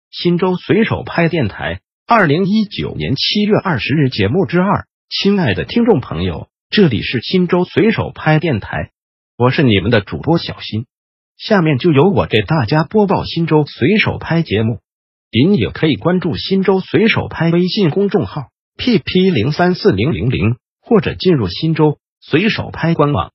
新州随手拍电台2019年7月20日节目之2。亲爱的听众朋友，这里是新州随手拍电台，我是你们的主播小新。下面就由我给大家播报新州随手拍节目。您也可以关注新州随手拍微信公众号 pp034000，或者进入新州随手拍官网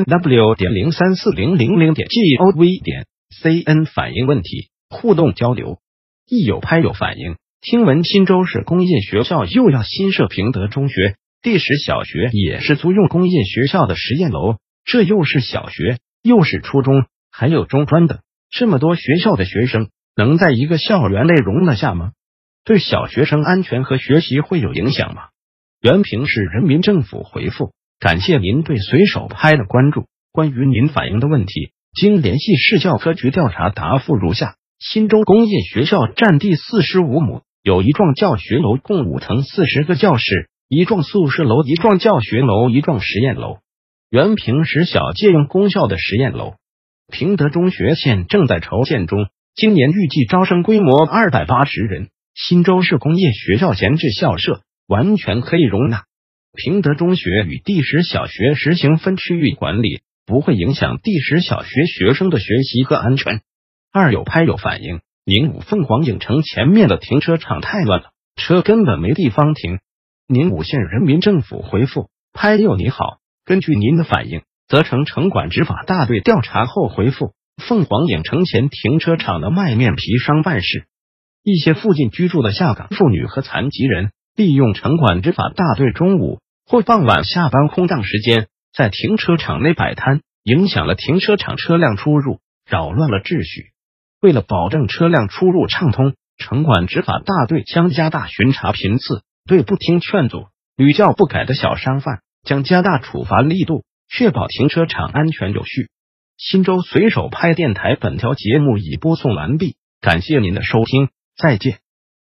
3w.034000.gov.cn 反映问题，互动交流。一有拍有反应。听闻新州市工业学校又要新设平德中学，第10小学也是租用工业学校的实验楼，这又是小学，又是初中，还有中专的，这么多学校的学生能在一个校园内容得下吗？对小学生安全和学习会有影响吗？原平市人民政府回复：感谢您对随手拍的关注，关于您反映的问题，经联系市教科局调查，答复如下。新州工业学校占地45亩，有一幢教学楼，共5层，40个教室，一幢宿舍楼，一幢教学楼，一幢实验楼。原平实小借用公校的实验楼。平德中学现正在筹建中，今年预计招生规模280人。新州市工业学校闲置校舍完全可以容纳。平德中学与第10小学实行分区域管理，不会影响第10小学学生的学习和安全。2有拍有反应，宁武凤凰影城前面的停车场太乱了，车根本没地方停。宁武县人民政府回复：拍友你好，根据您的反映，责成城管执法大队调查后回复，凤凰影城前停车场的卖面皮商办事。一些附近居住的下岗妇女和残疾人，利用城管执法大队中午或傍晚下班空档时间，在停车场内摆摊，影响了停车场车辆出入，扰乱了秩序。为了保证车辆出入畅通，城管执法大队将加大巡查频次，对不听劝阻、屡教不改的小商贩将加大处罚力度，确保停车场安全有序。新州随手拍电台本条节目已播送完毕，感谢您的收听，再见。